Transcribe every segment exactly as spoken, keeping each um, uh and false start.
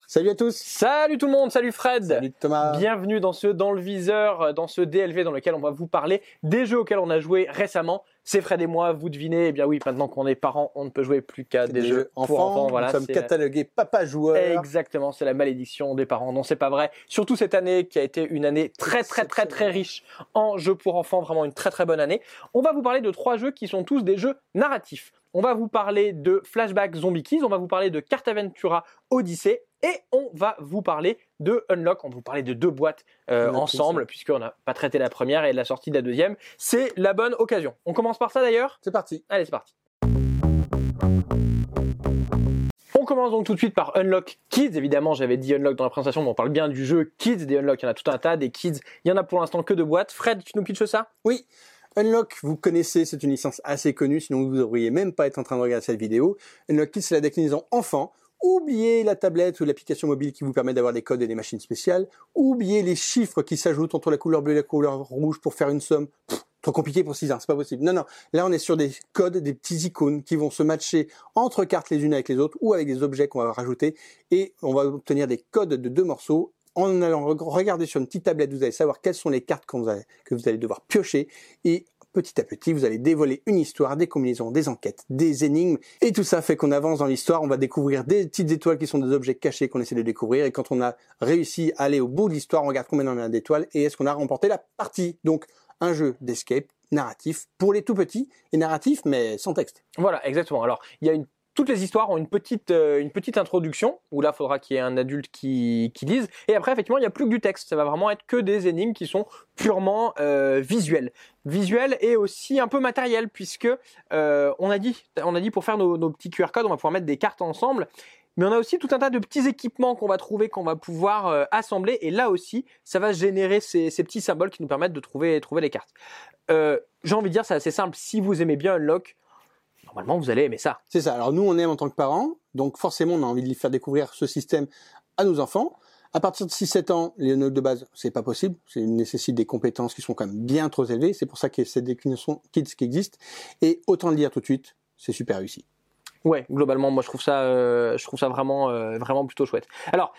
Salut à tous. Salut tout le monde, salut Fred. Salut Thomas. Bienvenue dans ce Dans le Viseur, dans ce D L V dans lequel on va vous parler des jeux auxquels on a joué récemment. C'est Fred et moi, vous devinez, eh bien oui, maintenant qu'on est parents, on ne peut jouer plus qu'à des, des jeux enfants, pour enfants. Voilà, nous sommes catalogués papa joueur. Exactement, c'est la malédiction des parents. Non, c'est pas vrai. Surtout cette année qui a été une année très très très très riche en jeux pour enfants, vraiment une très très bonne année. On va vous parler de trois jeux qui sont tous des jeux narratifs. On va vous parler de Flashback Zombie Kids, on va vous parler de Cartaventura Odyssey et on va vous parler de Unlock. On va vous parler de deux boîtes euh, ensemble puisqu'on n'a pas traité la première et la sortie de la deuxième. C'est la bonne occasion. On commence par ça d'ailleurs ? C'est parti. Allez, c'est parti. On commence donc tout de suite par Unlock Kids. Évidemment, j'avais dit Unlock dans la présentation, mais on parle bien du jeu Kids. Des Unlock, il y en a tout un tas. Des Kids, il y en a pour l'instant que deux boîtes. Fred, tu nous pitches ça ? Oui. Unlock, vous connaissez, c'est une licence assez connue, sinon vous ne devriez même pas être en train de regarder cette vidéo. Unlock Kids, c'est la déclinaison enfant. Oubliez la tablette ou l'application mobile qui vous permet d'avoir des codes et des machines spéciales. Oubliez les chiffres qui s'ajoutent entre la couleur bleue et la couleur rouge pour faire une somme. Pff, trop compliqué pour six ans, c'est pas possible. Non, non. Là, on est sur des codes, des petits icônes qui vont se matcher entre cartes les unes avec les autres ou avec des objets qu'on va rajouter. Et on va obtenir des codes de deux morceaux. En allant regarder sur une petite tablette, vous allez savoir quelles sont les cartes que vous allez, que vous allez devoir piocher. Et petit à petit, vous allez dévoiler une histoire, des combinaisons, des enquêtes, des énigmes. Et tout ça fait qu'on avance dans l'histoire. On va découvrir des petites étoiles qui sont des objets cachés qu'on essaie de découvrir. Et quand on a réussi à aller au bout de l'histoire, on regarde combien on a d'étoiles et est-ce qu'on a remporté la partie. Donc, un jeu d'escape narratif pour les tout petits et narratif, mais sans texte. Voilà, exactement. Alors, il y a une Toutes les histoires ont une petite, euh, une petite introduction, où là, il faudra qu'il y ait un adulte qui, qui lise. Et après, effectivement, il n'y a plus que du texte. Ça va vraiment être que des énigmes qui sont purement euh, visuelles. Visuelles et aussi un peu matérielles, puisque euh, on a dit, on a dit pour faire nos, nos petits Q R codes, on va pouvoir mettre des cartes ensemble. Mais on a aussi tout un tas de petits équipements qu'on va trouver, qu'on va pouvoir euh, assembler. Et là aussi, ça va générer ces, ces petits symboles qui nous permettent de trouver, trouver les cartes. Euh, j'ai envie de dire, c'est assez simple. Si vous aimez bien Unlock, normalement, vous allez aimer ça. C'est ça. Alors nous, on aime en tant que parents, donc forcément, on a envie de lui faire découvrir ce système à nos enfants. À partir de six sept ans, les Unlock de base, c'est pas possible. Ça nécessite des compétences qui sont quand même bien trop élevées. C'est pour ça qu'il y a cette déclinaison Kids qui existe. Et autant le dire tout de suite, c'est super réussi. Ouais, globalement, moi je trouve ça, euh, je trouve ça vraiment, euh, vraiment plutôt chouette. Alors,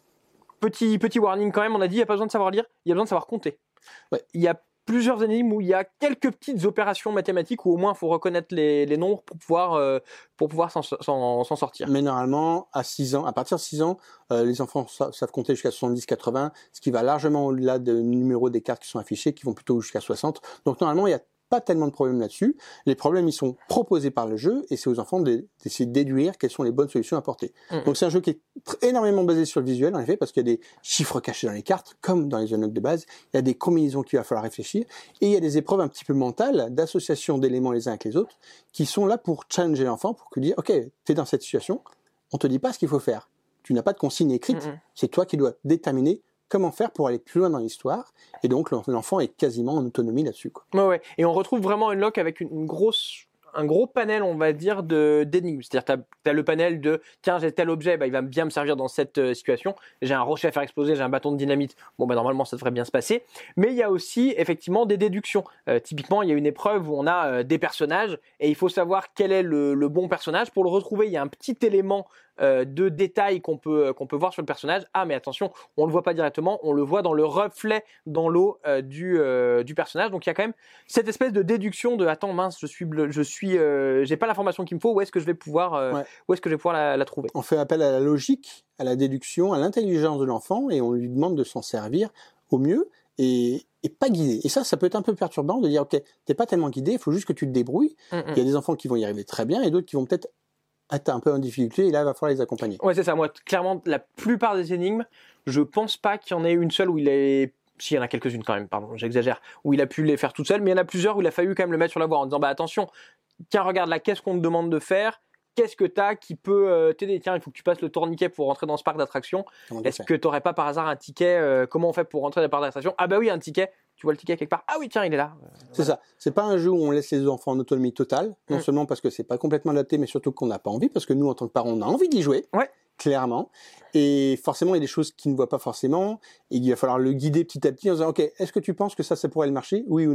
petit, petit warning quand même, on a dit, il n'y a pas besoin de savoir lire, il y a besoin de savoir compter. Ouais. Il y a plusieurs énigmes où il y a quelques petites opérations mathématiques où au moins il faut reconnaître les, les nombres pour pouvoir, euh, pour pouvoir s'en, s'en, s'en sortir. Mais normalement, à six ans, à partir de six ans, euh, les enfants sa- savent compter jusqu'à soixante-dix quatre-vingts, ce qui va largement au-delà des numéros des cartes qui sont affichés, qui vont plutôt jusqu'à soixante. Donc normalement, il y a pas tellement de problèmes là-dessus. Les problèmes, ils sont proposés par le jeu et c'est aux enfants de, d'essayer de déduire quelles sont les bonnes solutions à apporter. Mmh. Donc c'est un jeu qui est tr- énormément basé sur le visuel, en effet, parce qu'il y a des chiffres cachés dans les cartes, comme dans les Unlock de base. Il y a des combinaisons qu'il va falloir réfléchir et il y a des épreuves un petit peu mentales d'association d'éléments les uns avec les autres qui sont là pour challenger l'enfant, pour lui dire, OK, t'es dans cette situation, on te dit pas ce qu'il faut faire. Tu n'as pas de consigne écrite. Mmh. C'est toi qui dois déterminer comment faire pour aller plus loin dans l'histoire, et donc l'enfant est quasiment en autonomie là-dessus, quoi. Ouais, ouais. Et on retrouve vraiment Unlock avec une, une grosse, un gros panel, on va dire, de d'énigmes. C'est-à-dire, t'as, t'as le panel de, tiens, j'ai tel objet, bah, il va bien me servir dans cette euh, situation. J'ai un rocher à faire exploser, j'ai un bâton de dynamite. Bon, bah, normalement, ça devrait bien se passer. Mais il y a aussi, effectivement, des déductions. Euh, typiquement, il y a une épreuve où on a euh, des personnages, et il faut savoir quel est le, le bon personnage. Pour le retrouver, il y a un petit élément Euh, de détails qu'on peut qu'on peut voir sur le personnage. Ah mais attention, on le voit pas directement, on le voit dans le reflet dans l'eau euh, du euh, du personnage. Donc il y a quand même cette espèce de déduction de attends mince, je suis bleu, je suis euh, j'ai pas l'information qu'il me faut, où est-ce que je vais pouvoir euh, ouais. où est-ce que je vais pouvoir la, la trouver. On fait appel à la logique, à la déduction, à l'intelligence de l'enfant et on lui demande de s'en servir au mieux et et pas guidé. Et ça, ça peut être un peu perturbant de dire ok, t'es pas tellement guidé, il faut juste que tu te débrouilles. Mm-hmm. Il y a des enfants qui vont y arriver très bien et d'autres qui vont peut-être être un peu en difficulté et là il va falloir les accompagner. Ouais, c'est ça. Moi, clairement, la plupart des énigmes, je pense pas qu'il y en ait une seule où il est si, il y en a quelques-unes quand même, pardon, j'exagère, où il a pu les faire tout seul, mais il y en a plusieurs où il a fallu quand même le mettre sur la voie en disant bah attention, tiens, regarde là, qu'est-ce qu'on te demande de faire? Qu'est-ce que t'as qui peut euh, t'aider? Tiens, il faut que tu passes le tourniquet pour rentrer dans ce parc d'attractions. Est-ce que t'aurais pas par hasard un ticket? euh, Comment on fait pour rentrer dans le parc d'attractions? Ah bah oui, un ticket. Tu vois le ticket quelque part? Ah oui, tiens, il est là. Euh, c'est voilà. Ça. C'est pas un jeu où on laisse les enfants en autonomie totale. Non mmh. seulement parce que c'est pas complètement adapté, mais surtout qu'on n'a pas envie, parce que nous, en tant que parents, on a envie d'y jouer. Ouais. Clairement. Et forcément, il y a des choses qu'il ne voit pas forcément. Et il va falloir le guider petit à petit en disant, OK, est-ce que tu penses que ça, ça pourrait le marcher? Oui ou non?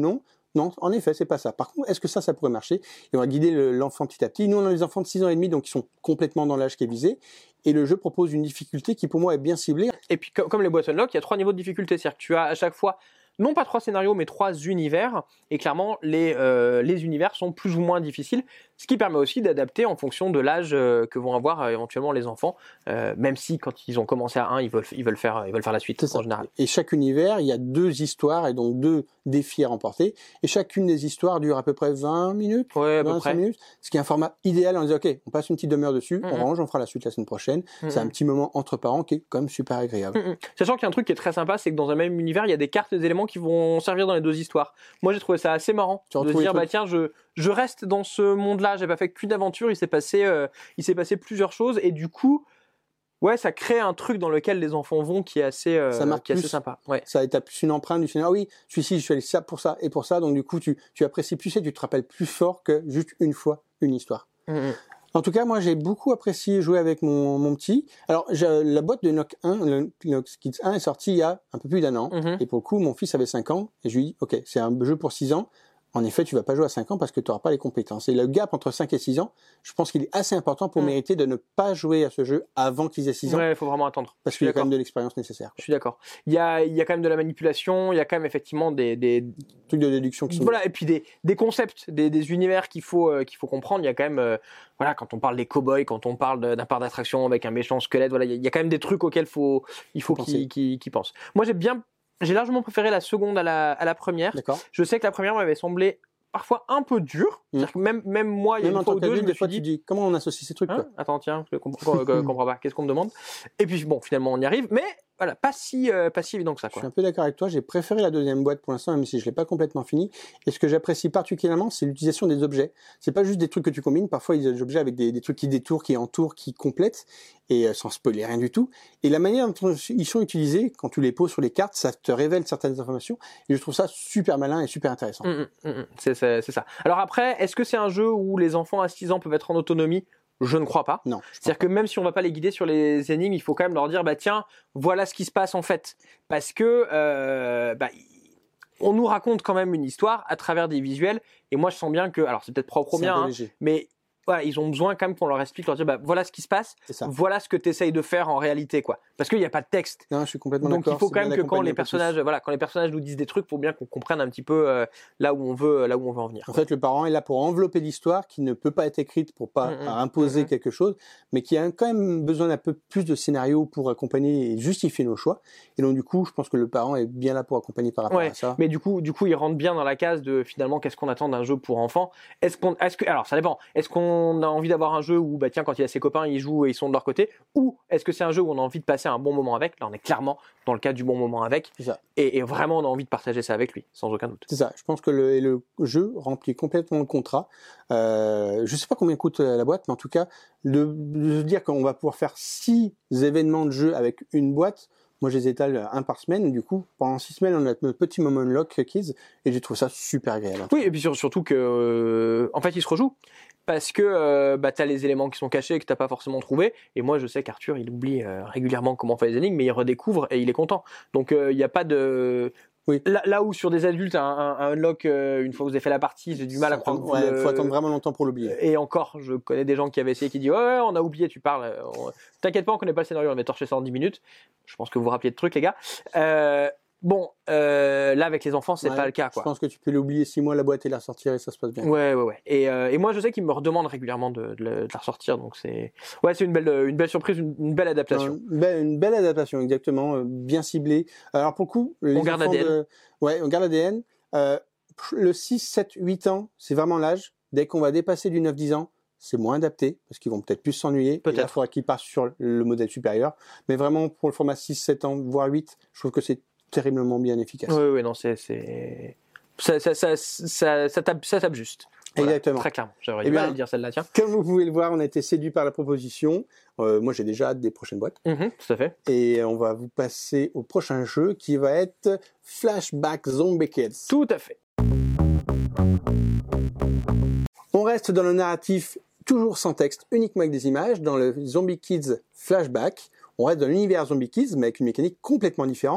non, en effet, c'est pas ça. Par contre, est-ce que ça, ça pourrait marcher? Et on va guider le, l'enfant petit à petit. Nous, on a des enfants de six ans et demi, donc ils sont complètement dans l'âge qui est visé. Et le jeu propose une difficulté qui, pour moi, est bien ciblée. Et puis, comme les boîtes Unlock, il y a trois niveaux de difficulté. C'est-à-dire que tu as à chaque fois, non pas trois scénarios, mais trois univers. Et clairement, les, euh, les univers sont plus ou moins difficiles. Ce qui permet aussi d'adapter en fonction de l'âge euh, que vont avoir euh, éventuellement les enfants. Euh, même si, quand ils ont commencé à un, ils veulent, ils veulent, faire, ils veulent faire la suite, en général. Et chaque univers, il y a deux histoires et donc deux défis à remporter. Et chacune des histoires dure à peu près vingt minutes, ouais, à peu vingt-cinq près. minutes. Ce qui est un format idéal. On dit, OK, on passe une petite demi-heure dessus, mm-hmm. on range, on fera la suite la semaine prochaine. Mm-hmm. C'est un petit moment entre parents qui est quand même super agréable. Mm-hmm. Sachant qu'il y a un truc qui est très sympa, c'est que dans un même univers, il y a des cartes et des éléments qui vont servir dans les deux histoires. Moi, j'ai trouvé ça assez marrant tu de dire, bah tiens, je, je reste dans ce monde-là, j'ai pas fait qu'une aventure, il s'est passé, euh, il s'est passé plusieurs choses et du coup, ouais, ça crée un truc dans lequel les enfants vont qui est assez, euh, ça marque qui est assez plus. sympa. Ouais. Ça établit plus une empreinte du scénario. Ah oui, celui-ci, je suis allé ça pour ça et pour ça, donc du coup, tu, tu apprécies plus et tu te rappelles plus fort que juste une fois une histoire. Mm-hmm. En tout cas, moi, j'ai beaucoup apprécié jouer avec mon, mon petit. Alors, j'ai, la boîte de Nock un, le Nock Kids un est sortie il y a un peu plus d'un an. Mm-hmm. Et pour le coup, mon fils avait cinq ans. Et je lui dis, OK, c'est un jeu pour six ans. En effet, tu vas pas jouer à cinq ans parce que tu n'auras pas les compétences. Et le gap entre cinq et six ans, je pense qu'il est assez important pour mmh. mériter de ne pas jouer à ce jeu avant qu'ils aient six ans. Ouais, il faut vraiment attendre. Parce qu'il y a quand même de l'expérience nécessaire. Quoi. Je suis d'accord. Il y a, il y a quand même de la manipulation, il y a quand même effectivement des, des trucs de déduction qui sont... Voilà, et puis des, des concepts, des, des univers qu'il faut, euh, qu'il faut comprendre. Il y a quand même, euh, voilà, quand on parle des cow-boys, quand on parle de, d'un parc d'attraction avec un méchant squelette, voilà, il y a, il y a quand même des trucs auxquels faut, il faut, faut qu'ils, qu'ils, qu'ils pensent. Moi, j'ai bien, j'ai largement préféré la seconde à la, à la première. D'accord. Je sais que la première m'avait semblé parfois un peu dur. Mmh. C'est-à-dire que même, même moi, il y a même une fois ou deux, je me des suis fois, dit... tu dis, comment on associe ces trucs, hein quoi. Attends, tiens, je comprends, je comprends pas. Qu'est-ce qu'on me demande? Et puis, bon, finalement, on y arrive. Mais, voilà, pas si, euh, pas si évident que ça, quoi. Je suis un peu d'accord avec toi. J'ai préféré la deuxième boîte pour l'instant, même si je l'ai pas complètement fini. Et ce que j'apprécie particulièrement, c'est l'utilisation des objets. C'est pas juste des trucs que tu combines. Parfois, il y a des objets avec des, des trucs qui détourent, qui entourent, qui complètent. Et euh, sans spoiler rien du tout. Et la manière dont ils sont utilisés, quand tu les poses sur les cartes, ça te révèle certaines informations. Et je trouve ça super malin et super intéressant. Mmh, mmh, mmh. C'est, c'est, c'est ça. Alors après, est-ce que c'est un jeu où les enfants à six ans peuvent être en autonomie? Je ne crois pas. Non. C'est-à-dire que même si on va pas les guider sur les énigmes, il faut quand même leur dire, bah tiens, voilà ce qui se passe en fait. Parce que, euh, bah, on nous raconte quand même une histoire à travers des visuels. Et moi, je sens bien que, alors c'est peut-être propre au mien, hein, mais voilà, ils ont besoin quand même qu'on leur explique, leur dire, bah voilà ce qui se passe, voilà ce que tu essayes de faire en réalité, quoi. Parce qu'il n'y a pas de texte. Non, je suis complètement Donc d'accord. il faut quand même que quand les personnages, voilà, quand les personnages nous disent des trucs, faut bien qu'on comprenne un petit peu euh, là où on veut, là où on veut en venir. En fait, le parent est là pour envelopper l'histoire, qui ne peut pas être écrite pour pas mmh, imposer mmh. quelque chose, mais qui a quand même besoin d'un peu plus de scénario pour accompagner et justifier nos choix. Et donc du coup, je pense que le parent est bien là pour accompagner par rapport ouais, à ça. Mais du coup, du coup, il rentre bien dans la case de finalement qu'est-ce qu'on attend d'un jeu pour enfants. Est-ce qu'on, est-ce que, alors ça dépend. Est-ce qu'on a envie d'avoir un jeu où bah tiens quand il y a ses copains ils jouent et ils sont de leur côté, ou est-ce que c'est un jeu où on a envie de passer un bon moment avec? Là on est clairement dans le cas du bon moment avec, c'est ça. Et, et vraiment on a envie de partager ça avec lui sans aucun doute. C'est ça, je pense que le, le jeu remplit complètement le contrat. Euh, je sais pas combien coûte la boîte, mais en tout cas de, de dire qu'on va pouvoir faire six événements de jeu avec une boîte. Moi, je les étale un par semaine. Du coup, pendant six semaines, on a notre petit moment unlock Kids et j'ai trouvé ça super agréable. Oui, et puis surtout que, euh, en fait, il se rejoue parce que euh, bah, t'as les éléments qui sont cachés et que t'as pas forcément trouvé. Et moi, je sais qu'Arthur, il oublie euh, régulièrement comment faire les énigmes, mais il redécouvre et il est content. Donc, il euh, n'y a pas de oui. Là, là où sur des adultes, un, un, un unlock, euh, une fois que vous avez fait la partie, j'ai du mal ça à croire. Il ouais, le... faut attendre vraiment longtemps pour l'oublier. Et encore, je connais des gens qui avaient essayé, qui disent ouais, ouais, on a oublié, tu parles. On... T'inquiète pas, on connaît pas le scénario, on va torcher ça en dix minutes. Je pense que vous vous rappelez de trucs, les gars. Euh, bon, euh, là avec les enfants, c'est ouais, pas le cas, quoi. Je pense que tu peux l'oublier six mois, la boîte et la ressortir et ça se passe bien. Ouais, ouais, ouais. Et, euh, et moi, je sais qu'ils me redemandent régulièrement de, de, de la ressortir, donc c'est, ouais, c'est une belle, une belle surprise, une, une belle adaptation. Une belle, une belle adaptation, exactement, bien ciblée. Alors pour le coup, les on garde l'A D N. De... Ouais, on garde l'A D N. Euh, le six, sept, huit ans, c'est vraiment l'âge. Dès qu'on va dépasser du neuf dix ans, c'est moins adapté parce qu'ils vont peut-être plus s'ennuyer. Peut-être. Il faudra qu'ils passent sur le modèle supérieur. Mais vraiment, pour le format six, sept ans, voire huit, je trouve que c'est terriblement bien efficace. Oui, oui, non, c'est, c'est, ça, ça, ça, ça, ça, tape, ça tape juste. Voilà, exactement. Très clairement. J'aurais du mal à le dire celle-là, tiens. Comme vous pouvez le voir, on a été séduit par la proposition. Euh, moi, j'ai déjà hâte des prochaines boîtes. Mm-hmm, tout à fait. Et on va vous passer au prochain jeu qui va être Flashback Zombie Kids. Tout à fait. On reste dans le narratif toujours sans texte, uniquement avec des images, dans le Zombie Kids Flashback. On reste dans l'univers Zombie Kids, mais avec une mécanique complètement différente.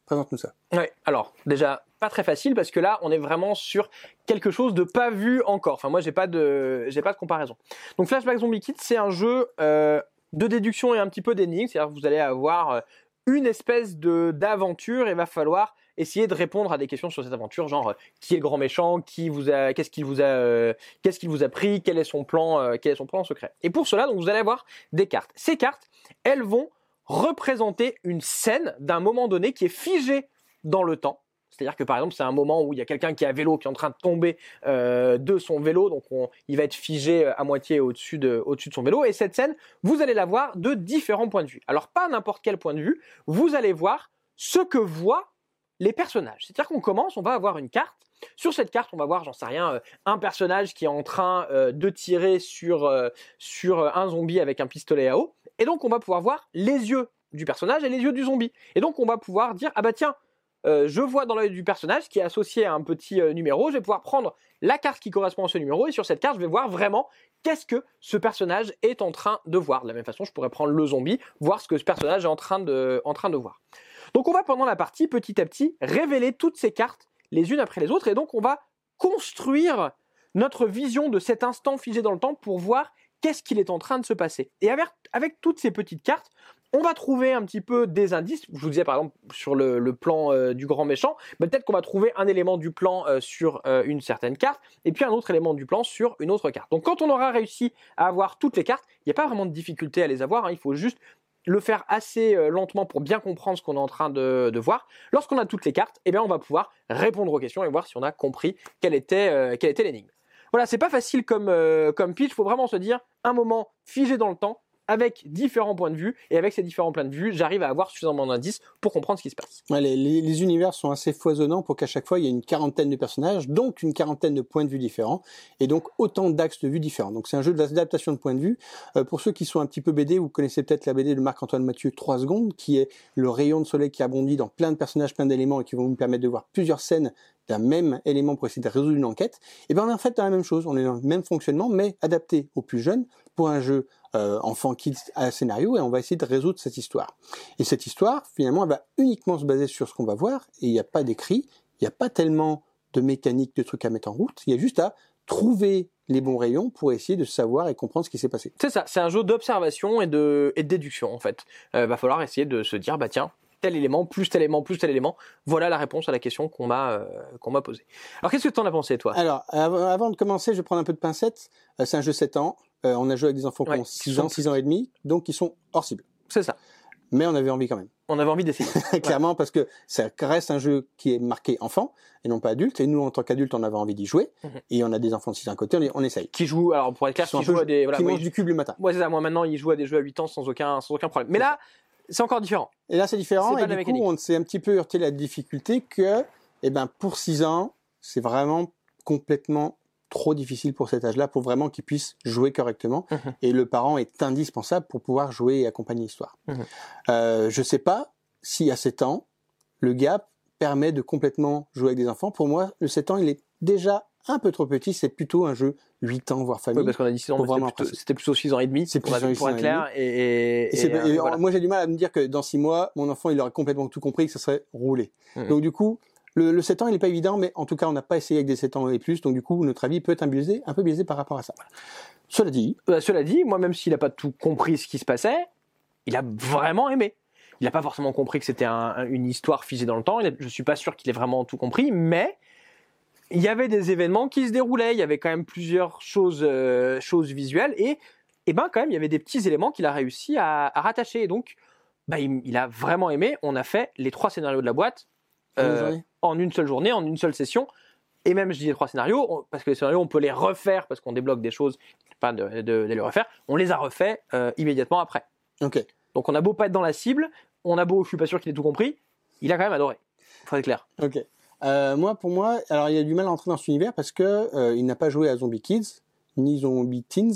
présente-nous ça. Ouais, alors déjà pas très facile parce que là on est vraiment sur quelque chose de pas vu encore. Enfin moi j'ai pas de j'ai pas de comparaison. Donc Flashback Zombie Kids c'est un jeu euh, de déduction et un petit peu d'énigme, c'est-à-dire que vous allez avoir une espèce de d'aventure et il va falloir essayer de répondre à des questions sur cette aventure, genre euh, qui est le grand méchant, qui vous a, qu'est-ce qu'il vous a, euh, qu'est-ce qu'il vous a pris, quel est son plan, euh, quel est son plan secret. Et pour cela, donc vous allez avoir des cartes. Ces cartes, elles vont représenter une scène d'un moment donné qui est figée dans le temps. C'est-à-dire que par exemple, c'est un moment où il y a quelqu'un qui est à vélo, qui est en train de tomber euh, de son vélo, donc on, il va être figé à moitié au-dessus de, au-dessus de son vélo. Et cette scène, vous allez la voir de différents points de vue. Alors pas n'importe quel point de vue, vous allez voir ce que voient les personnages. C'est-à-dire qu'on commence, on va avoir une carte. Sur cette carte, on va voir, j'en sais rien, un personnage qui est en train euh, de tirer sur, euh, sur un zombie avec un pistolet à eau. Et donc, on va pouvoir voir les yeux du personnage et les yeux du zombie. Et donc, on va pouvoir dire, ah bah tiens, euh, je vois dans l'œil du personnage qui est associé à un petit euh, numéro, je vais pouvoir prendre la carte qui correspond à ce numéro et sur cette carte, je vais voir vraiment qu'est-ce que ce personnage est en train de voir. De la même façon, je pourrais prendre le zombie, voir ce que ce personnage est en train de, en train de voir. Donc on va pendant la partie, petit à petit, révéler toutes ces cartes les unes après les autres et donc on va construire notre vision de cet instant figé dans le temps pour voir qu'est-ce qu'il est en train de se passer. Et avec, avec toutes ces petites cartes, on va trouver un petit peu des indices. Je vous disais par exemple sur le, le plan euh, du grand méchant, bah, peut-être qu'on va trouver un élément du plan euh, sur euh, une certaine carte et puis un autre élément du plan sur une autre carte. Donc quand on aura réussi à avoir toutes les cartes, il n'y a pas vraiment de difficulté à les avoir, hein, il faut juste le faire assez euh, lentement pour bien comprendre ce qu'on est en train de, de voir. Lorsqu'on a toutes les cartes, eh bien on va pouvoir répondre aux questions et voir si on a compris quelle était, euh, quelle était l'énigme. Voilà, c'est pas facile comme, euh, comme pitch, il faut vraiment se dire un moment figé dans le temps, avec différents points de vue, et avec ces différents points de vue, j'arrive à avoir suffisamment d'indices pour comprendre ce qui se passe. Ouais, les, les, les univers sont assez foisonnants pour qu'à chaque fois, il y ait une quarantaine de personnages, donc une quarantaine de points de vue différents, et donc autant d'axes de vue différents. Donc c'est un jeu d'adaptation de points de vue. Euh, pour ceux qui sont un petit peu B D, vous connaissez peut-être la B D de Marc-Antoine Mathieu, trois secondes, qui est le rayon de soleil qui abondit dans plein de personnages, plein d'éléments, et qui vont nous permettre de voir plusieurs scènes d'un même élément pour essayer de résoudre une enquête. Et bien on est en fait dans la même chose, on est dans le même fonctionnement, mais adapté aux plus jeunes, pour un jeu Euh, enfant kids à scénario, et on va essayer de résoudre cette histoire. Et cette histoire, finalement, elle va uniquement se baser sur ce qu'on va voir, et il n'y a pas d'écrit, il n'y a pas tellement de mécanique, de trucs à mettre en route, il y a juste à trouver les bons rayons pour essayer de savoir et comprendre ce qui s'est passé. C'est ça, c'est un jeu d'observation et de, et de déduction, en fait. Il euh, va falloir essayer de se dire, bah tiens, tel élément, plus tel élément, plus tel élément, voilà la réponse à la question qu'on m'a euh, qu'on m'a posée. Alors qu'est-ce que tu en as pensé, toi? Alors, avant de commencer, je vais prendre un peu de pincettes. Euh, c'est un jeu sept ans. Euh, on a joué avec des enfants qui ouais, ont six ans, six ans et demi, donc ils sont hors cible. C'est ça. Mais on avait envie quand même. On avait envie d'essayer. Clairement, ouais. Parce que ça reste un jeu qui est marqué enfant et non pas adulte. Et nous, en tant qu'adultes, on avait envie d'y jouer. Mm-hmm. Et on a des enfants de six ans à côté, on, on essaye. Qui jouent, alors pour être clair, qui, qui jouent à des... Voilà, qui moi, mangent du cube le matin. Ouais, c'est ça. Moi, maintenant, ils jouent à des jeux à huit ans sans aucun, sans aucun problème. Mais là, c'est encore différent. Et là, c'est différent. Et du mécanique. coup, on s'est un petit peu heurté la difficulté que, eh ben, pour six ans, c'est vraiment complètement trop difficile pour cet âge-là, pour vraiment qu'ils puissent jouer correctement. Mmh. Et le parent est indispensable pour pouvoir jouer et accompagner l'histoire. Mmh. Euh, je sais pas si à sept ans, le gap permet de complètement jouer avec des enfants. Pour moi, le sept ans, il est déjà un peu trop petit. C'est plutôt un jeu huit ans, voire famille. Oui, parce qu'on a dit six ans, mais c'était plutôt, c'était plutôt six ans et demi. C'est pour, plus pour être clair. Et, et, et, et, euh, et voilà. Moi, j'ai du mal à me dire que dans six mois, mon enfant, il aurait complètement tout compris, que ça serait roulé. Mmh. Donc, du coup, Le, le sept ans, il n'est pas évident, mais en tout cas, on n'a pas essayé avec des sept ans et plus, donc du coup, notre avis peut être un, biaisé, un peu biaisé par rapport à ça. Cela dit... Euh, cela dit, moi, même s'il n'a pas tout compris ce qui se passait, il a vraiment aimé. Il n'a pas forcément compris que c'était un, une histoire figée dans le temps, je ne suis pas sûr qu'il ait vraiment tout compris, mais il y avait des événements qui se déroulaient, il y avait quand même plusieurs choses, euh, choses visuelles, et, et ben quand même, il y avait des petits éléments qu'il a réussi à, à rattacher, et donc, bah, il, il a vraiment aimé. On a fait les trois scénarios de la boîte, Euh, en une seule journée, en une seule session, et même je dis les trois scénarios, on, parce que les scénarios on peut les refaire, parce qu'on débloque des choses, pas de, de, de les refaire, on les a refaits euh, immédiatement après. Ok. Donc on a beau pas être dans la cible, on a beau, je suis pas sûr qu'il ait tout compris, il a quand même adoré, faut être clair. Ok. Euh, moi, pour moi, alors il a du mal à entrer dans cet univers parce que euh, il n'a pas joué à Zombie Kids, ni Zombie Teens,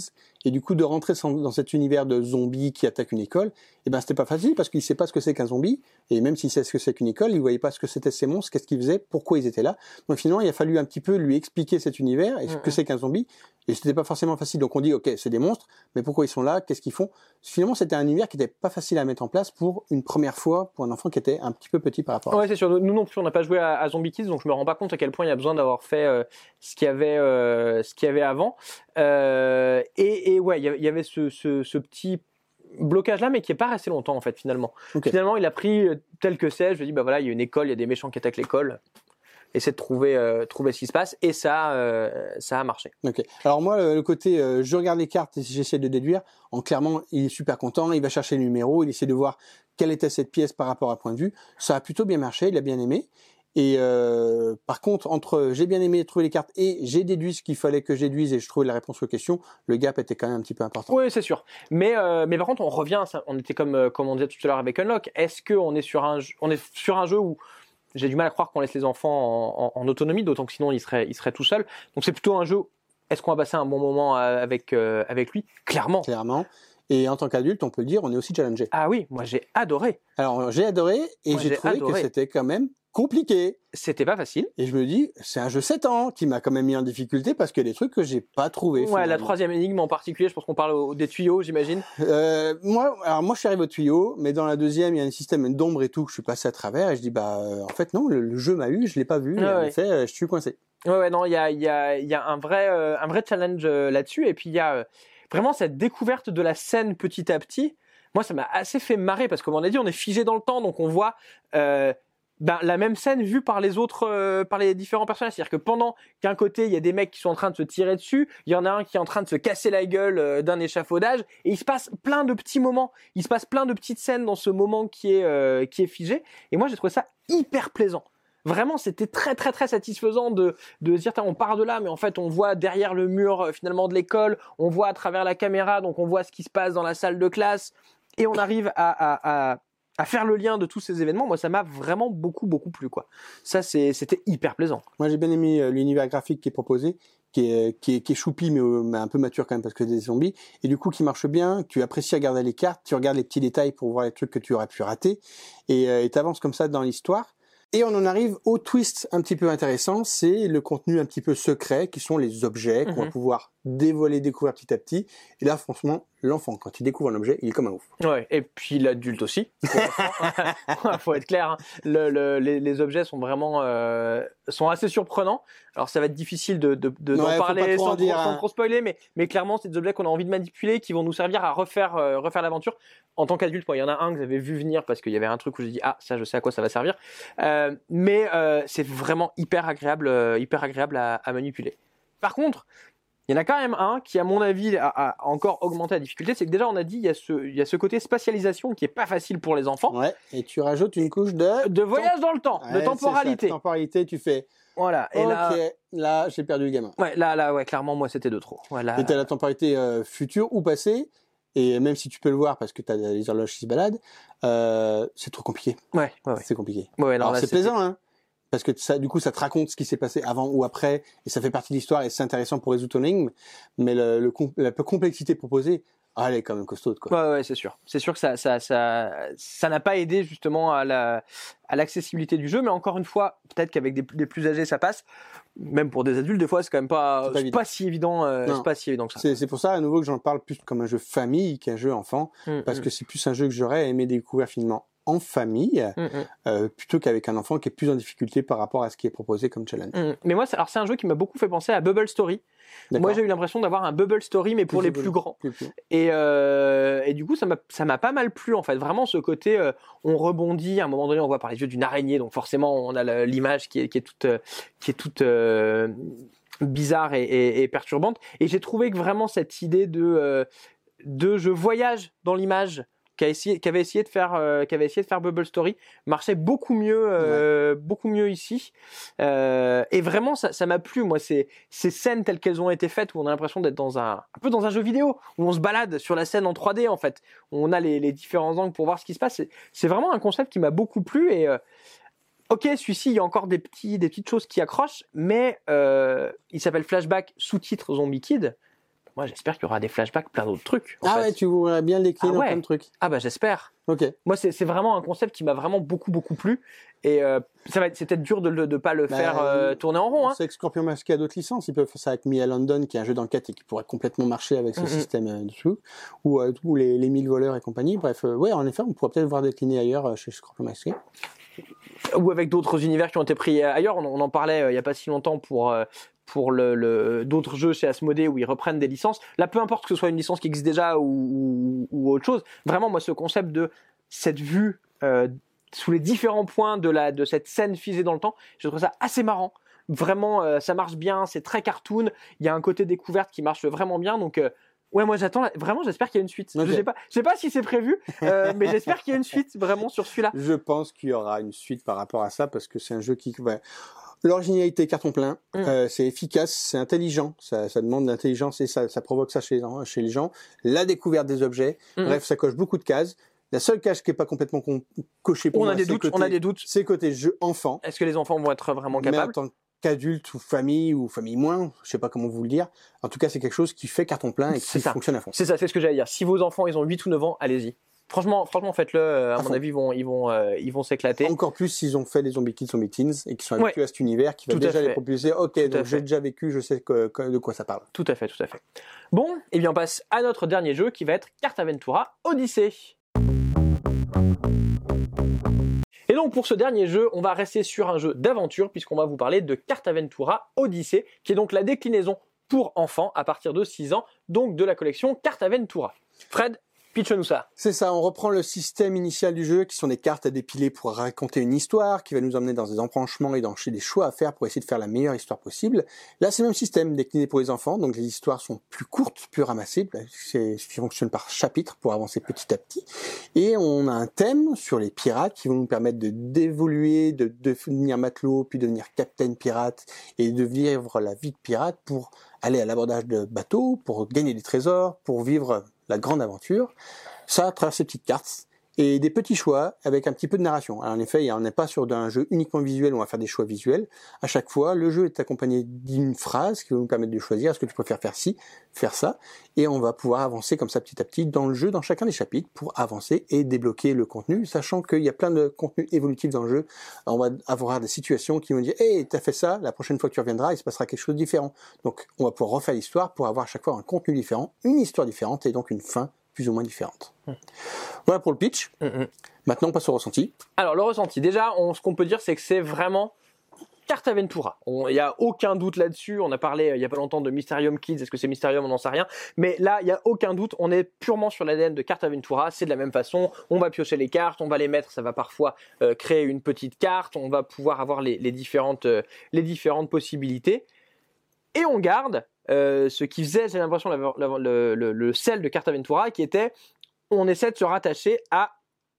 Et du coup, de rentrer dans cet univers de zombies qui attaquent une école, eh ben, c'était pas facile parce qu'il sait pas ce que c'est qu'un zombie. Et même s'il sait ce que c'est qu'une école, il voyait pas ce que c'était ces monstres, qu'est-ce qu'ils faisaient, pourquoi ils étaient là. Donc finalement, il a fallu un petit peu lui expliquer cet univers et ce que c'est qu'un zombie. Et c'était pas forcément facile. Donc on dit, ok, c'est des monstres, mais pourquoi ils sont là, qu'est-ce qu'ils font? Finalement, c'était un univers qui était pas facile à mettre en place pour une première fois, pour un enfant qui était un petit peu petit par rapport à Ouais, c'est sûr. Nous non plus, on n'a pas joué à, à Zombie Kids, donc je me rends pas compte à quel point il y a besoin d'avoir fait euh, ce qu'il y avait, euh, ce qu'il y avait avant. Euh, et, et ouais, il y avait ce, ce, ce petit blocage là, mais qui est pas resté longtemps en fait finalement. Okay. Finalement, il a pris tel que c'est. Je lui ai dit, bah voilà, il y a une école, il y a des méchants qui attaquent l'école. Essaie de trouver euh, trouver ce qui se passe et ça euh, ça a marché. Ok. Alors moi le, le côté euh, je regarde les cartes et j'essaie de déduire. En clairement il est super content, il va chercher le numéro, il essaie de voir quelle était cette pièce par rapport à point de vue. Ça a plutôt bien marché, il a bien aimé. Et euh, par contre entre j'ai bien aimé trouver les cartes et j'ai déduit ce qu'il fallait que je déduise et je trouvais la réponse aux questions, le gap était quand même un petit peu important. Oui c'est sûr. Mais euh, mais par contre on revient, ça, on était comme comme on disait tout à l'heure avec Unlock. Est-ce que on est sur un on est sur un jeu où j'ai du mal à croire qu'on laisse les enfants en, en, en autonomie, d'autant que sinon ils seraient, ils seraient tout seuls. Donc c'est plutôt un jeu. Est-ce qu'on va passer un bon moment avec euh, avec lui? Clairement. Clairement. Et en tant qu'adulte, on peut le dire, on est aussi challengé. Ah oui, moi j'ai adoré. Alors j'ai adoré et j'ai trouvé adoré. que c'était quand même compliqué. C'était pas facile. Et je me dis, c'est un jeu sept ans qui m'a quand même mis en difficulté parce qu'il y a des trucs que j'ai pas trouvé. Ouais, finalement. La troisième énigme en particulier, je pense qu'on parle au, des tuyaux, j'imagine. Euh, moi, alors moi je suis arrivé au tuyau, mais dans la deuxième, il y a un système d'ombre et tout que je suis passé à travers et je dis bah euh, en fait non, le, le jeu m'a eu, je l'ai pas vu. Ah, et ouais. En effet, euh, je suis coincé. Ouais, ouais non, il y a il y a il y a un vrai euh, un vrai challenge euh, là-dessus et puis il y a euh, vraiment cette découverte de la scène petit à petit. Moi, ça m'a assez fait marrer parce que comme on a dit, on est figé dans le temps, donc on voit. Euh, Ben, la même scène vue par les autres, euh, par les différents personnages. C'est-à-dire que pendant qu'un côté, il y a des mecs qui sont en train de se tirer dessus, il y en a un qui est en train de se casser la gueule euh, d'un échafaudage, et il se passe plein de petits moments, il se passe plein de petites scènes dans ce moment qui est, euh, qui est figé. Et moi, j'ai trouvé ça hyper plaisant. Vraiment, c'était très très très satisfaisant de de se dire, on part de là, mais en fait, on voit derrière le mur euh, finalement de l'école, on voit à travers la caméra, donc on voit ce qui se passe dans la salle de classe, et on arrive à, à, à à faire le lien de tous ces événements. Moi, ça m'a vraiment beaucoup, beaucoup plu, quoi. Ça, c'est, c'était hyper plaisant. Moi, j'ai bien aimé euh, l'univers graphique qui est proposé, qui est, qui est, qui est choupi, mais, euh, mais un peu mature quand même parce que c'est des zombies. Et du coup, qui marche bien. Tu apprécies regarder les cartes, tu regardes les petits détails pour voir les trucs que tu aurais pu rater. Et euh, t'avances comme ça dans l'histoire. Et on en arrive au twist un petit peu intéressant, c'est le contenu un petit peu secret, qui sont les objets qu'on mm-hmm. va pouvoir dévoiler, découvrir petit à petit. Et là, franchement, l'enfant, quand il découvre un objet, il est comme un ouf. Ouais, et puis l'adulte aussi. Faut être clair, hein. le, le, les, les objets sont vraiment euh, sont assez surprenants. Alors ça va être difficile de, de, de ouais, d'en parler sans, trop, dire, sans hein. trop spoiler, mais, mais clairement, c'est des objets qu'on a envie de manipuler, qui vont nous servir à refaire, euh, refaire l'aventure. En tant qu'adulte, moi, il y en a un que j'avais vu venir parce qu'il y avait un truc où j'ai dit ah ça, je sais à quoi ça va servir. Euh, mais euh, c'est vraiment hyper agréable, euh, hyper agréable à, à manipuler. Par contre, il y en a quand même un qui, à mon avis, a, a encore augmenté la difficulté. C'est que déjà, on a dit, il y a ce, il y a ce côté spatialisation qui est pas facile pour les enfants. Ouais. Et tu rajoutes une couche de de voyage dans le temps, ouais, de temporalité. Ça, temporalité, tu fais. Voilà. Et ok, là, là, j'ai perdu le gamin. Ouais, là, là, ouais, clairement, moi, c'était de trop. Voilà. Et t'as la temporalité euh, future ou passée. Et même si tu peux le voir parce que tu as les horloges qui se baladent, euh, c'est trop compliqué. Ouais, ouais, ouais. C'est compliqué. Ouais, alors, alors c'est plaisant, hein. Parce que ça, du coup, ça te raconte ce qui s'est passé avant ou après, et ça fait partie de l'histoire, et c'est intéressant pour résoudre ton énigme. Mais le, le, la complexité proposée, ah, elle est quand même costaude, quoi. Ouais, ouais, c'est sûr. C'est sûr que ça, ça, ça, ça n'a pas aidé justement à la, à l'accessibilité du jeu, mais encore une fois, peut-être qu'avec des, des plus âgés, ça passe. Même pour des adultes, des fois, c'est quand même pas, c'est pas, pas si évident, euh, c'est pas si évident que ça. C'est, c'est pour ça, à nouveau, que j'en parle plus comme un jeu famille qu'un jeu enfant, mmh, parce mmh. que c'est plus un jeu que j'aurais aimé découvrir finalement en famille, mmh. euh, plutôt qu'avec un enfant qui est plus en difficulté par rapport à ce qui est proposé comme challenge. Mmh. Mais moi, c'est, alors c'est un jeu qui m'a beaucoup fait penser à Bubble Story. D'accord. Moi, j'ai eu l'impression d'avoir un Bubble Story, mais pour plus les plus grands. Plus, plus. Et, euh, et du coup, ça m'a, ça m'a pas mal plu, en fait. Vraiment, ce côté, euh, on rebondit. À un moment donné, on voit par les yeux d'une araignée, donc forcément, on a la, l'image qui est, qui est toute, euh, qui est toute euh, bizarre et, et, et perturbante. Et j'ai trouvé que vraiment cette idée de, euh, de je voyage dans l'image. Qui, a essayé, qui avait essayé de faire, euh, qui avait essayé de faire Bubble Story, marchait beaucoup mieux, euh, ouais. beaucoup mieux ici. Euh, et vraiment, ça, ça m'a plu. Moi, ces, ces scènes telles qu'elles ont été faites, où on a l'impression d'être dans un, un peu dans un jeu vidéo, où on se balade sur la scène en trois D en fait, où on a les, les différents angles pour voir ce qui se passe. C'est, c'est vraiment un concept qui m'a beaucoup plu. Et euh, ok, celui-ci, il y a encore des petits, des petites choses qui accrochent, mais euh, il s'appelle Flashback sous-titre Zombie Kid. moi j'espère qu'il y aura des flashbacks, plein d'autres trucs. En ah fait. ouais, tu voudrais bien le décliner Ah dans ouais. plein de trucs. Ah bah j'espère. Ok. Moi c'est c'est vraiment un concept qui m'a vraiment beaucoup beaucoup plu et euh, ça va être, c'est peut-être dur de ne pas le Bah, faire euh, tourner en rond. On Hein. sait que Scorpion Masqué a d'autres licences. Ils peuvent faire ça avec Mia London, qui est un jeu d'enquête et qui pourrait complètement marcher avec ce Mm-hmm. système euh, dessous, ou, euh, ou les, les mille voleurs et compagnie. Bref, euh, ouais, en effet, on pourrait peut-être voir décliner ailleurs euh, chez Scorpion Masqué. Ou avec d'autres univers qui ont été pris ailleurs. On, on en parlait euh, il y a pas si longtemps pour euh, pour le, le d'autres jeux chez Asmodée où ils reprennent des licences. Là, peu importe que ce soit une licence qui existe déjà ou, ou, ou autre chose. Vraiment, moi, ce concept de cette vue euh, sous les différents points de la de cette scène figée dans le temps, je trouve ça assez marrant. Vraiment, euh, ça marche bien. C'est très cartoon. Il y a un côté découverte qui marche vraiment bien. Donc euh, ouais, moi j'attends. La... Vraiment, j'espère qu'il y a une suite. Okay. Je sais pas, je sais pas si c'est prévu, euh, mais j'espère qu'il y a une suite vraiment sur celui-là. Je pense qu'il y aura une suite par rapport à ça parce que c'est un jeu qui, ouais. L'originalité carton plein, mmh. euh, c'est efficace, c'est intelligent, ça, ça demande de l'intelligence et ça, ça provoque ça chez, chez les gens. La découverte des objets, mmh. bref, ça coche beaucoup de cases. La seule case qui est pas complètement con- cochée pour on moi, a des doutes, côté, on a des doutes. C'est côté jeu enfant. Est-ce que les enfants vont être vraiment capables? Mais en tant qu'adulte ou famille ou famille moins, je sais pas comment vous le dire. En tout cas, c'est quelque chose qui fait carton plein et qui ça. fonctionne à fond. C'est ça, c'est ce que j'allais dire. Si vos enfants ils ont huit ou neuf ans, allez-y. Franchement, franchement, faites-le. Euh, à, à mon fond. avis, ils vont, ils vont, euh, ils vont s'éclater. Encore plus s'ils ont fait les Zombie Kids, Zombie Teens et qui sont habitués ouais. à cet univers, qui va tout déjà les propulser. Ok, tout donc j'ai déjà vécu, je sais que, que, de quoi ça parle. Tout à fait, tout à fait. Bon, et bien on passe à notre dernier jeu qui va être Cartaventura Odyssey. Et donc pour ce dernier jeu, on va rester sur un jeu d'aventure puisqu'on va vous parler de Cartaventura Odyssey, qui est donc la déclinaison pour enfants à partir de six ans, donc de la collection Cartaventura. Fred, pitch-nous ça. C'est ça, on reprend le système initial du jeu, qui sont des cartes à dépiler pour raconter une histoire, qui va nous emmener dans des embranchements et dans des choix à faire pour essayer de faire la meilleure histoire possible. Là, c'est le même système décliné pour les enfants, donc les histoires sont plus courtes, plus ramassées, c'est ce qui fonctionne par chapitre pour avancer petit à petit. Et on a un thème sur les pirates qui vont nous permettre de d'évoluer, de, de devenir matelot, puis devenir capitaine pirate, et de vivre la vie de pirate pour aller à l'abordage de bateaux, pour gagner des trésors, pour vivre la grande aventure, ça à travers ces petites cartes et des petits choix avec un petit peu de narration. Alors en effet, on n'est pas sur un jeu uniquement visuel où on va faire des choix visuels. À chaque fois, le jeu est accompagné d'une phrase qui va nous permettre de choisir est-ce que tu préfères faire ci, faire ça, et on va pouvoir avancer comme ça petit à petit dans le jeu, dans chacun des chapitres pour avancer et débloquer le contenu, sachant qu'il y a plein de contenus évolutifs dans le jeu. On va avoir des situations qui vont dire hey, t'as fait ça, la prochaine fois que tu reviendras, il se passera quelque chose de différent. Donc on va pouvoir refaire l'histoire pour avoir à chaque fois un contenu différent, une histoire différente et donc une fin plus ou moins différente. Mmh. Voilà pour le pitch. Mmh. Maintenant, on passe au ressenti. Alors, le ressenti, déjà, on, ce qu'on peut dire, c'est que c'est vraiment Cartaventura. Il n'y a aucun doute là-dessus. On a parlé il n'y a pas longtemps de Mysterium Kids. Est-ce que c'est Mysterium? On n'en sait rien. Mais là, il n'y a aucun doute. On est purement sur l'A D N de Cartaventura. C'est de la même façon. On va piocher les cartes, on va les mettre. Ça va parfois euh, créer une petite carte. On va pouvoir avoir les, les, différentes, euh, les différentes possibilités. Et on garde euh, ce qui faisait, j'ai l'impression, la, la, le, le, le sel de Cartaventura, qui était on essaie de se rattacher à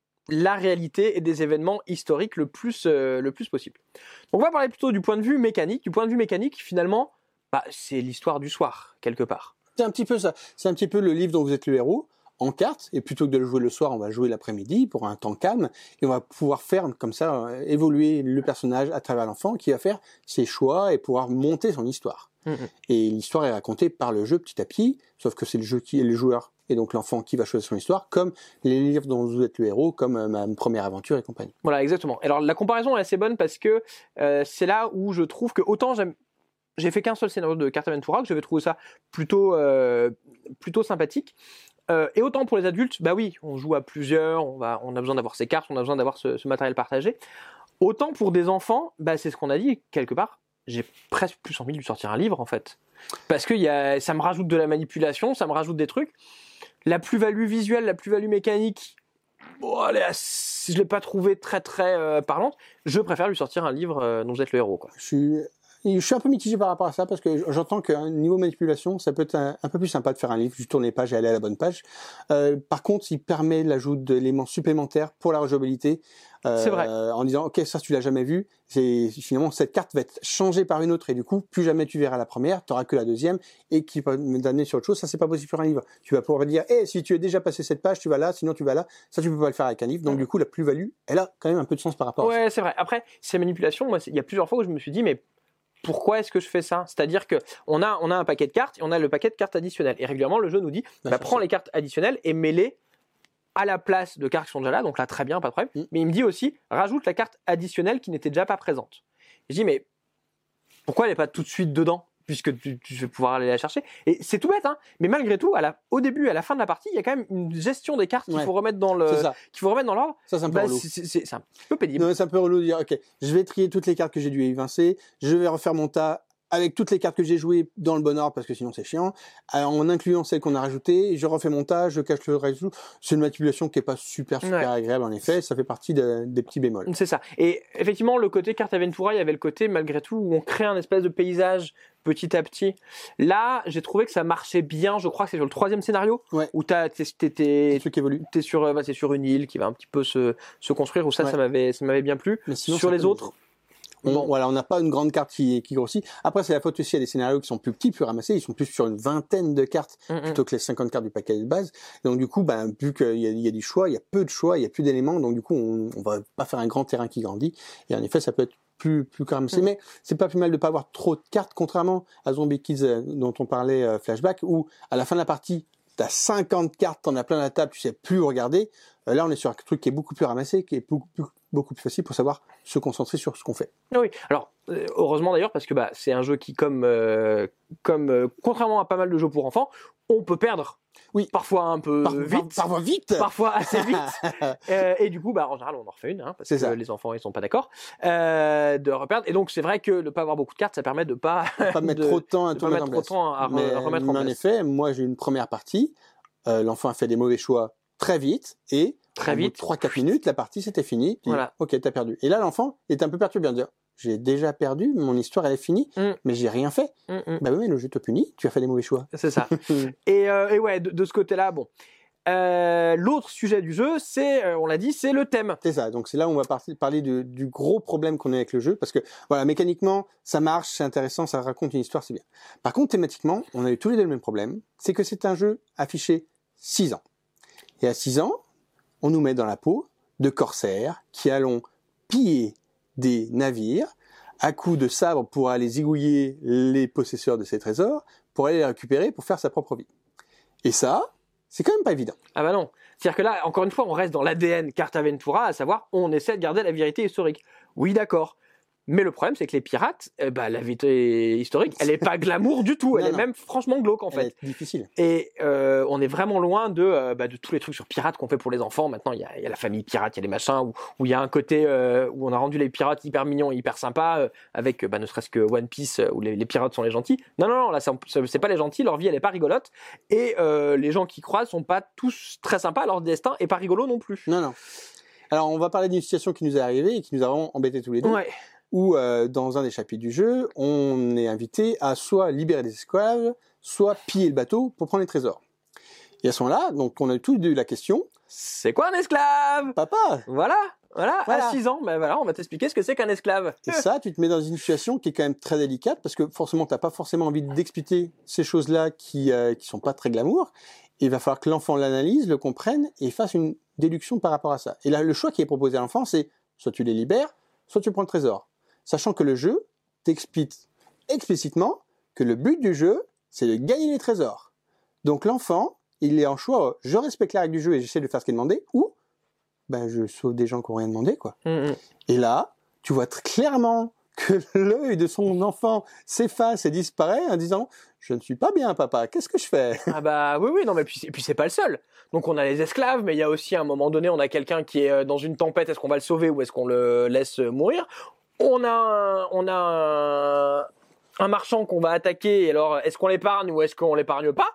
la réalité et des événements historiques le plus, euh, le plus possible. Donc on va parler plutôt du point de vue mécanique. Du point de vue mécanique, finalement, bah, c'est l'histoire du soir, quelque part. C'est un petit peu ça. C'est un petit peu le livre dont vous êtes le héros, en carte, et plutôt que de le jouer le soir, on va jouer l'après-midi pour un temps calme, et on va pouvoir faire comme ça, euh, évoluer le personnage à travers l'enfant qui va faire ses choix et pouvoir monter son histoire. Mmh. Et l'histoire est racontée par le jeu petit à petit, sauf que c'est le jeu qui est le joueur et donc l'enfant qui va choisir son histoire, comme les livres dont vous êtes le héros, comme euh, ma première aventure et compagnie. Voilà, exactement. Alors la comparaison est assez bonne parce que euh, c'est là où je trouve que autant j'aime, j'ai fait qu'un seul scénario de Cartaventura, que j'avais trouvé ça plutôt euh, plutôt sympathique. Euh, et autant pour les adultes, bah oui, on joue à plusieurs, on va, on a besoin d'avoir ses cartes, on a besoin d'avoir ce, ce matériel partagé. Autant pour des enfants, bah c'est ce qu'on a dit quelque part. J'ai presque plus envie de lui sortir un livre en fait, parce que y a, ça me rajoute de la manipulation, ça me rajoute des trucs. La plus-value visuelle, la plus-value mécanique, bon, elle est assez, je l'ai pas trouvé très très euh, parlante. Je préfère lui sortir un livre euh, dont vous êtes le héros, quoi. Je suis, je suis un peu mitigé par rapport à ça parce que j'entends qu'à niveau manipulation, ça peut être un, un peu plus sympa de faire un livre, juste tourner les pages et aller à la bonne page. Euh, par contre, il permet l'ajout d'éléments supplémentaires pour la rejouabilité. Euh, c'est vrai. En disant, ok, ça tu l'as jamais vu, c'est finalement cette carte va être changée par une autre et du coup plus jamais tu verras la première, tu n'auras que la deuxième et qui va t'amener sur autre chose. Ça c'est pas possible sur un livre. Tu vas pouvoir dire, eh, hey, si tu es déjà passé cette page, tu vas là, sinon tu vas là. Ça tu peux pas le faire avec un livre. Donc du coup la plus-value, elle a quand même un peu de sens par rapport. Ouais, à ça. c'est vrai. Après ces manipulations, moi, il y a plusieurs fois où je me suis dit, mais pourquoi est-ce que je fais ça? C'est-à-dire que on a, on a un paquet de cartes et on a le paquet de cartes additionnelles. Et régulièrement, le jeu nous dit, bah, prends les cartes additionnelles et mets-les à la place de cartes qui sont déjà là. Donc là, très bien, pas de problème. Mm. Mais il me dit aussi, rajoute la carte additionnelle qui n'était déjà pas présente. Et je dis, mais pourquoi elle n'est pas tout de suite dedans? Puisque tu, tu vas pouvoir aller la chercher. Et c'est tout bête, hein. Mais malgré tout, à la, au début et à la fin de la partie, il y a quand même une gestion des cartes qu'il ouais. faut remettre dans le, qu'il faut remettre dans l'ordre. Ça, c'est un peu bah, relou. C'est, c'est, c'est un peu pénible. Non, c'est un peu relou de dire, ok, je vais trier toutes les cartes que j'ai dû évincer, je vais refaire mon tas avec toutes les cartes que j'ai jouées dans le bon ordre parce que sinon c'est chiant, en incluant celles qu'on a rajoutées, je refais mon tas, je cache le reste. C'est une manipulation qui est pas super super ouais. agréable en effet, ça fait partie de, des petits bémols. C'est ça. Et effectivement, le côté carte Aventura, il y avait le côté malgré tout où on crée un espèce de paysage petit à petit. Là, j'ai trouvé que ça marchait bien. Je crois que c'est sur le troisième scénario ouais. où t'as, t'es, t'es, t'es, qui évolue. T'es sur, bah, c'est sur une île qui va un petit peu se, se construire. Où ça, ouais. ça m'avait, ça m'avait bien plu. Mais sinon, sur les autres. On, bon. Voilà, on n'a pas une grande carte qui, qui grossit. Après, c'est la faute aussi à des scénarios qui sont plus petits, plus ramassés. Ils sont plus sur une vingtaine de cartes mm-hmm. plutôt que les cinquante cartes du paquet de base. Et donc, du coup, ben, vu qu'il y a, il y a du choix, il y a peu de choix, il y a plus d'éléments. Donc, du coup, on, on va pas faire un grand terrain qui grandit. Et en effet, ça peut être plus, plus ramassé. Mm-hmm. Mais c'est pas plus mal de pas avoir trop de cartes, contrairement à Zombie Kids euh, dont on parlait euh, Flashback, où à la fin de la partie, t'as cinquante cartes, t'en as plein à la table, tu sais plus où regarder. Euh, là, on est sur un truc qui est beaucoup plus ramassé, qui est beaucoup plus, beaucoup plus facile pour savoir se concentrer sur ce qu'on fait. Oui, alors euh, heureusement d'ailleurs parce que bah c'est un jeu qui, comme euh, comme euh, contrairement à pas mal de jeux pour enfants, on peut perdre. Oui, parfois un peu par, vite, par, parfois vite, parfois assez vite. euh, et du coup, bah en général, on en refait une, hein, parce c'est que ça. Les enfants ils sont pas d'accord euh, de reperdre. Et donc c'est vrai que de pas avoir beaucoup de cartes, ça permet de pas pas mettre de, trop de temps à de tout pas mettre mettre trop de temps à, mais, à remettre mais en place. En effet, moi j'ai une première partie. Euh, l'enfant a fait des mauvais choix très vite et très vite, trois quatre minutes, la partie c'était fini. Puis, voilà. Ok, t'as perdu. Et là, l'enfant est un peu perturbé, bien dire. J'ai déjà perdu, mon histoire elle est finie, mm. mais j'ai rien fait. Mm, mm. Bah oui, mais le jeu te punit, tu as fait des mauvais choix. C'est ça. et, euh, et ouais, de, de ce côté-là, bon. Euh, l'autre sujet du jeu, c'est, euh, on l'a dit, c'est le thème. C'est ça. Donc c'est là où on va partir, parler de, du gros problème qu'on a avec le jeu, parce que voilà, mécaniquement, ça marche, c'est intéressant, ça raconte une histoire, c'est bien. Par contre, thématiquement, on a eu tous les deux le même problème, c'est que c'est un jeu affiché six ans. Et à six ans, on nous met dans la peau de corsaires qui allons piller des navires à coups de sabre pour aller zigouiller les possesseurs de ces trésors, pour aller les récupérer, pour faire sa propre vie. Et ça, c'est quand même pas évident. Ah bah non. C'est-à-dire que là, encore une fois, on reste dans l'A D N Carte Aventura, à savoir, on essaie de garder la vérité historique. Oui, d'accord. Mais le problème, c'est que les pirates, eh bah, la vérité historique, elle est pas glamour du tout. Elle non, est non. même franchement glauque, en fait. Elle est difficile. Et euh, on est vraiment loin de, euh, bah, de tous les trucs sur pirates qu'on fait pour les enfants. Maintenant, il y a, y a la famille pirate, il y a les machins, où il y a un côté euh, où on a rendu les pirates hyper mignons et hyper sympas, euh, avec bah, ne serait-ce que One Piece, où les, les pirates sont les gentils. Non, non, non, là, c'est pas les gentils, leur vie, elle est pas rigolote. Et euh, les gens qui croisent sont pas tous très sympas, leur destin est pas rigolo non plus. Non, non. Alors, on va parler d'une situation qui nous est arrivée et qui nous a vraiment embêtés tous les deux. Ouais. Où euh, dans un des chapitres du jeu, on est invité à soit libérer des esclaves, soit piller le bateau pour prendre les trésors. Et à ce moment-là, donc on a tous eu la question. C'est quoi un esclave? Papa. Voilà, voilà, voilà. À six ans, ben voilà, on va t'expliquer ce que c'est qu'un esclave. Et ça, tu te mets dans une situation qui est quand même très délicate parce que forcément, t'as pas forcément envie d'expliquer ces choses-là qui euh, qui sont pas très glamour. Et il va falloir que l'enfant l'analyse, le comprenne et fasse une déduction par rapport à ça. Et là, le choix qui est proposé à l'enfant, c'est soit tu les libères, soit tu prends le trésor. Sachant que le jeu t'explique explicitement que le but du jeu, c'est de gagner les trésors. Donc l'enfant, il est en choix, je respecte la règle du jeu et j'essaie de faire ce qui est demandé, ou ben, je sauve des gens qui n'ont rien demandé, quoi. Mm-hmm. Et là, tu vois très clairement que l'œil de son enfant s'efface et disparaît en disant « Je ne suis pas bien, papa, qu'est-ce que je fais ?» Ah bah oui, oui, non, mais puis, puis c'est pas le seul. Donc on a les esclaves, mais il y a aussi à un moment donné, on a quelqu'un qui est dans une tempête, est-ce qu'on va le sauver ou est-ce qu'on le laisse mourir ? On a un, on a un, un marchand qu'on va attaquer. Alors, est-ce qu'on l'épargne ou est-ce qu'on l'épargne pas?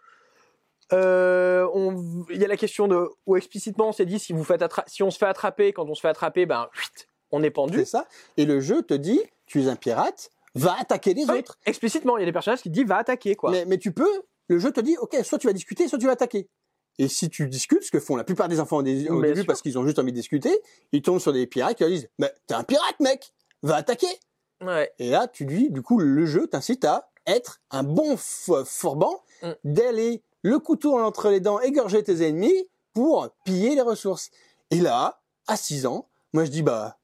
euh, on, Il y a la question de où explicitement on s'est dit si vous faites attra- si on se fait attraper, quand on se fait attraper, ben on est pendu. C'est ça. Et le jeu te dit, tu es un pirate, va attaquer les oui, autres. Explicitement, il y a des personnages qui disent va attaquer quoi. Mais, mais tu peux. Le jeu te dit, ok, soit tu vas discuter, soit tu vas attaquer. Et si tu discutes, ce que font la plupart des enfants au, dé- au début sûr. Parce qu'ils ont juste envie de discuter, ils tombent sur des pirates qui leur disent, mais t'es un pirate, mec, va attaquer. Ouais. Et là, tu dis, du coup, le jeu t'incite à être un bon f- forban, mm. d'aller le couteau entre les dents, égorger tes ennemis pour piller les ressources. Et là, à six ans, moi je dis, bah,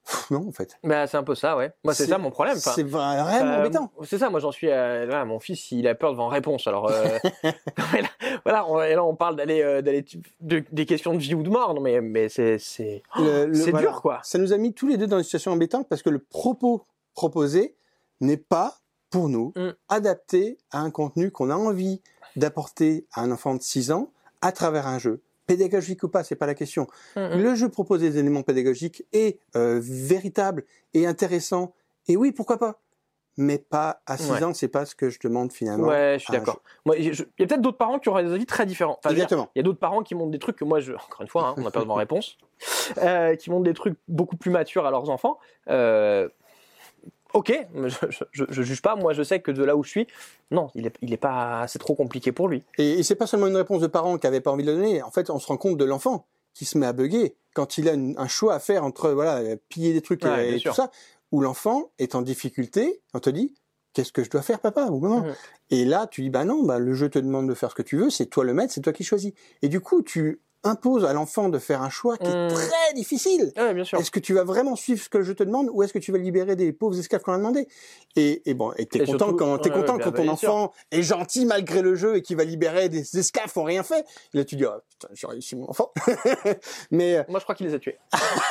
Pff, non, en fait. Bah, c'est un peu ça, ouais. Moi, c'est, c'est ça mon problème. Enfin, c'est vraiment euh, embêtant. C'est ça, moi, j'en suis à, là, mon fils, il a peur devant réponse. Alors, euh, là, voilà, on, et là, on parle d'aller, euh, d'aller, de, des questions de vie ou de mort. Non, mais, mais c'est, c'est, le, le, c'est voilà. dur, quoi. Ça nous a mis tous les deux dans une situation embêtante parce que le propos proposé n'est pas, pour nous, mm. adapté à un contenu qu'on a envie d'apporter à un enfant de six ans à travers un jeu. Pédagogique ou pas, c'est pas la question. Mm-hmm. Le jeu propose des éléments pédagogiques et euh, véritables et intéressants. Et oui, pourquoi pas. Mais pas à six ouais. ans, c'est pas ce que je demande finalement. Ouais, je suis d'accord. Moi, il y a peut-être d'autres parents qui auraient des avis très différents. Enfin, exactement. Il y a d'autres parents qui montrent des trucs que moi, je, encore une fois, hein, on n'a pas de réponse, euh, qui montrent des trucs beaucoup plus matures à leurs enfants. Euh, Ok, je, je, je juge pas. Moi, je sais que de là où je suis, non, il est, il est pas, c'est trop compliqué pour lui. Et, et c'est pas seulement une réponse de parents qui avaient pas envie de le donner. En fait, on se rend compte de l'enfant qui se met à bugger quand il a une, un choix à faire entre voilà piller des trucs ouais, et, et tout ça, où l'enfant est en difficulté. On te dit, qu'est-ce que je dois faire, papa ou maman? Mmh. Et là, tu dis, bah non, bah le jeu te demande de faire ce que tu veux. C'est toi le maître, c'est toi qui choisis. Et du coup, tu impose à l'enfant de faire un choix qui mmh. est très difficile. Ouais, bien sûr. Est-ce que tu vas vraiment suivre ce que je te demande ou est-ce que tu vas libérer des pauvres esclaves qu'on a demandé? Et, et bon, et t'es et content surtout, quand t'es ouais, content ouais, quand bah, ton enfant sûr. Est gentil malgré le jeu et qui va libérer des esclaves qui n'ont rien fait. Et là tu dis, oh, putain, j'ai réussi mon enfant. mais moi je crois qu'il les a tués.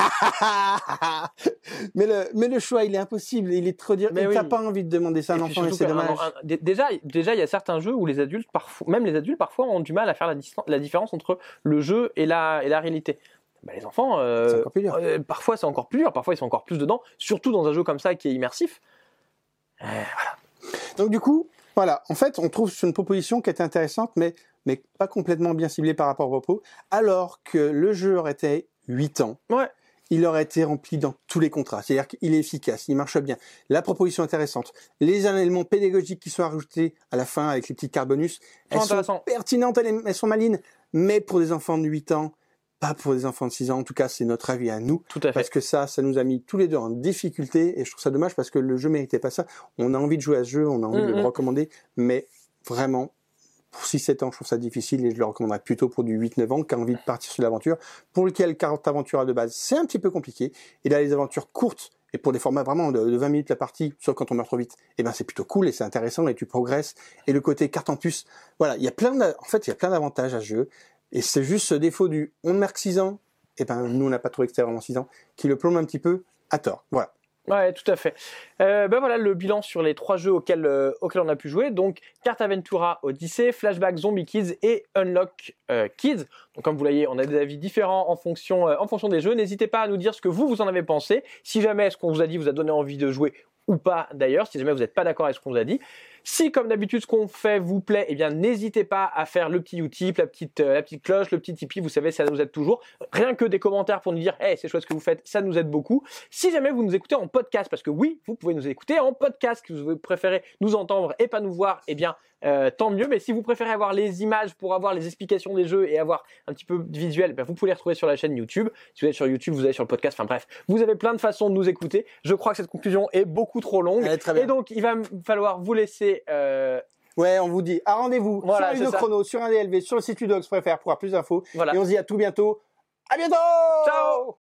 mais le mais le choix il est impossible. Il est trop dire. Oui. T'as pas envie de demander ça à un enfant et c'est dommage. Un, un, déjà déjà il y a certains jeux où les adultes parfois même les adultes parfois ont du mal à faire la, distance, la différence entre le jeu et la et la réalité. Bah, les enfants, euh, c'est encore plus dur. Euh, parfois c'est encore plus dur, parfois ils sont encore plus dedans, surtout dans un jeu comme ça qui est immersif. Euh, voilà. Donc du coup, voilà, en fait, on trouve une proposition qui était intéressante, mais mais pas complètement bien ciblée par rapport au propos, alors que le jeu aurait été huit ans. Ouais. Il aurait été rempli dans tous les contrats, c'est-à-dire qu'il est efficace, il marche bien, la proposition est intéressante, les éléments pédagogiques qui sont ajoutés à la fin avec les petites cartes bonus, elles sont pertinentes, elles, elles sont malines, mais pour des enfants de huit ans, pas pour des enfants de six ans, en tout cas c'est notre avis à nous, tout à fait. Parce que ça, ça nous a mis tous les deux en difficulté, et je trouve ça dommage parce que le jeu méritait pas ça, on a envie de jouer à ce jeu, on a envie mmh, de le recommander, mais vraiment, pour six sept ans, je trouve ça difficile et je le recommanderais plutôt pour du huit neuf ans qui a envie de partir sur l'aventure, pour lequel carte aventure de base, c'est un petit peu compliqué. Et là, les aventures courtes, et pour des formats vraiment de, de vingt minutes la partie, sauf quand on meurt trop vite, eh ben c'est plutôt cool et c'est intéressant et tu progresses. Et le côté carte en plus, voilà, il y a plein de, en fait, il y a plein d'avantages à ce jeu. Et c'est juste ce défaut du on ne marque six ans, et ben nous on n'a pas trouvé que c'était vraiment six ans, qui le plombe un petit peu à tort. Voilà. Ouais, tout à fait. Euh, ben voilà le bilan sur les trois jeux auxquels, euh, auxquels on a pu jouer. Donc, Carte Aventura Odyssey, Flashback Zombie Kids et Unlock euh, Kids. Donc, comme vous voyez, on a des avis différents en fonction, euh, en fonction des jeux. N'hésitez pas à nous dire ce que vous, vous en avez pensé. Si jamais ce qu'on vous a dit vous a donné envie de jouer ou pas d'ailleurs, si jamais vous n'êtes pas d'accord avec ce qu'on vous a dit. Si, comme d'habitude, ce qu'on fait vous plaît, eh bien, n'hésitez pas à faire le petit Utip, la petite, euh, la petite cloche, le petit Tipeee, vous savez, ça nous aide toujours. Rien que des commentaires pour nous dire, hey, c'est chouette ce que vous faites, ça nous aide beaucoup. Si jamais vous nous écoutez en podcast, parce que oui, vous pouvez nous écouter en podcast, que vous préférez nous entendre et pas nous voir, eh bien, euh, tant mieux. Mais si vous préférez avoir les images pour avoir les explications des jeux et avoir un petit peu de visuel, ben, vous pouvez les retrouver sur la chaîne YouTube. Si vous êtes sur YouTube, vous allez sur le podcast. Enfin bref, vous avez plein de façons de nous écouter. Je crois que cette conclusion est beaucoup trop longue. Allez, très bien. Et donc, il va falloir vous laisser... Euh, Ouais, on vous dit à rendez-vous voilà, sur Ludochrono, sur un D L V, sur le site Ludox Préfère pour avoir plus d'infos. Voilà. Et on se dit à tout bientôt. À bientôt! Ciao!